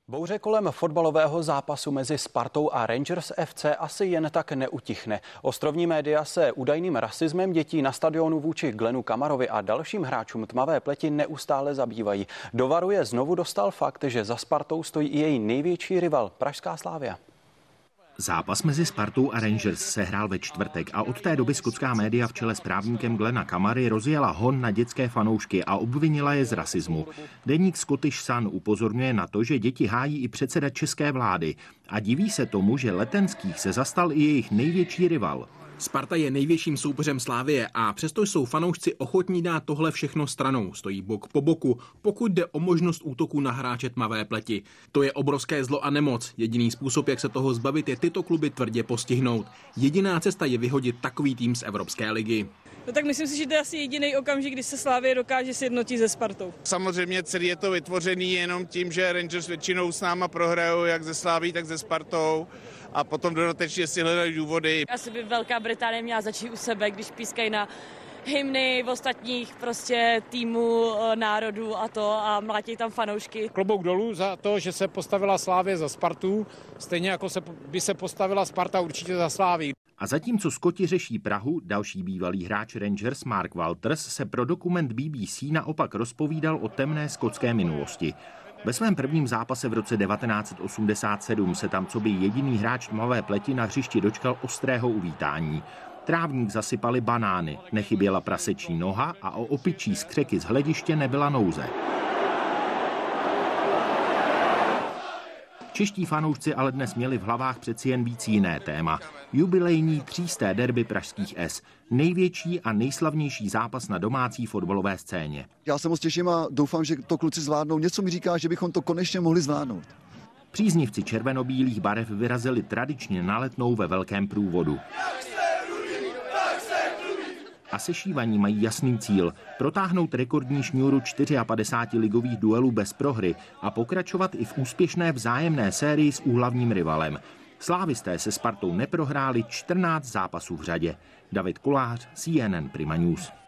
Bouře kolem fotbalového zápasu mezi Spartou a Rangers FC asi jen tak neutichne. Ostrovní média se údajným rasismem dětí na stadionu vůči Glenu Kamarovi a dalším hráčům tmavé pleti neustále zabývají. Do varu je znovu dostal fakt, že za Spartou stojí i její největší rival, pražská Slavia. Zápas mezi Spartou a Rangers se hrál ve čtvrtek a od té doby skotská média v čele s právníkem Glena Kamary rozjela hon na dětské fanoušky a obvinila je z rasismu. Deník Scottish Sun upozorňuje na to, že děti hájí i předseda české vlády a diví se tomu, že Letenských se zastal i jejich největší rival. Sparta je největším soupeřem Slavie a přesto jsou fanoušci ochotní dát tohle všechno stranou. Stojí bok po boku, pokud jde o možnost útoku na hráče tmavé pleti. To je obrovské zlo a nemoc. Jediný způsob, jak se toho zbavit, je tyto kluby tvrdě postihnout. Jediná cesta je vyhodit takový tým z Evropské ligy. No tak myslím si, že to je asi jediný okamžik, kdy se Slavie dokáže sjednotit se Spartou. Samozřejmě celý je to vytvořený jenom tím, že Rangers většinou s náma prohrajou jak ze Slaví, tak ze Spartou. A potom dodatečně si hledají důvody. Asi by Velká Británie měla začít u sebe, když pískají na hymny v ostatních prostě týmů, národů a mlátí tam fanoušky. Klobouk dolů za to, že se postavila Slavie za Spartu, stejně jako by se postavila Sparta určitě za Slavii. A zatímco Skoti řeší Prahu, další bývalý hráč Rangers Mark Walters se pro dokument BBC naopak rozpovídal o temné skotské minulosti. Ve svém prvním zápase v roce 1987 se tam coby jediný hráč tmavé pleti na hřišti dočkal ostrého uvítání. Trávník zasypali banány, nechyběla prasečí noha a o opičí skřeky z hlediště nebyla nouze. Čeští fanoušci ale dnes měli v hlavách přeci jen víc jiné téma. Jubilejní 300. derby pražských S. Největší a nejslavnější zápas na domácí fotbalové scéně. Já se moc těším a doufám, že to kluci zvládnou. Něco mi říká, že bychom to konečně mohli zvládnout. Příznivci červenobílých barev vyrazili tradičně na Letnou ve velkém průvodu. A sešívaní mají jasný cíl – protáhnout rekordní šňůru 54 ligových duelů bez prohry a pokračovat i v úspěšné vzájemné sérii s úhlavním rivalem. Slávisté se Spartou neprohráli 14 zápasů v řadě. David Kolář, CNN Prima News.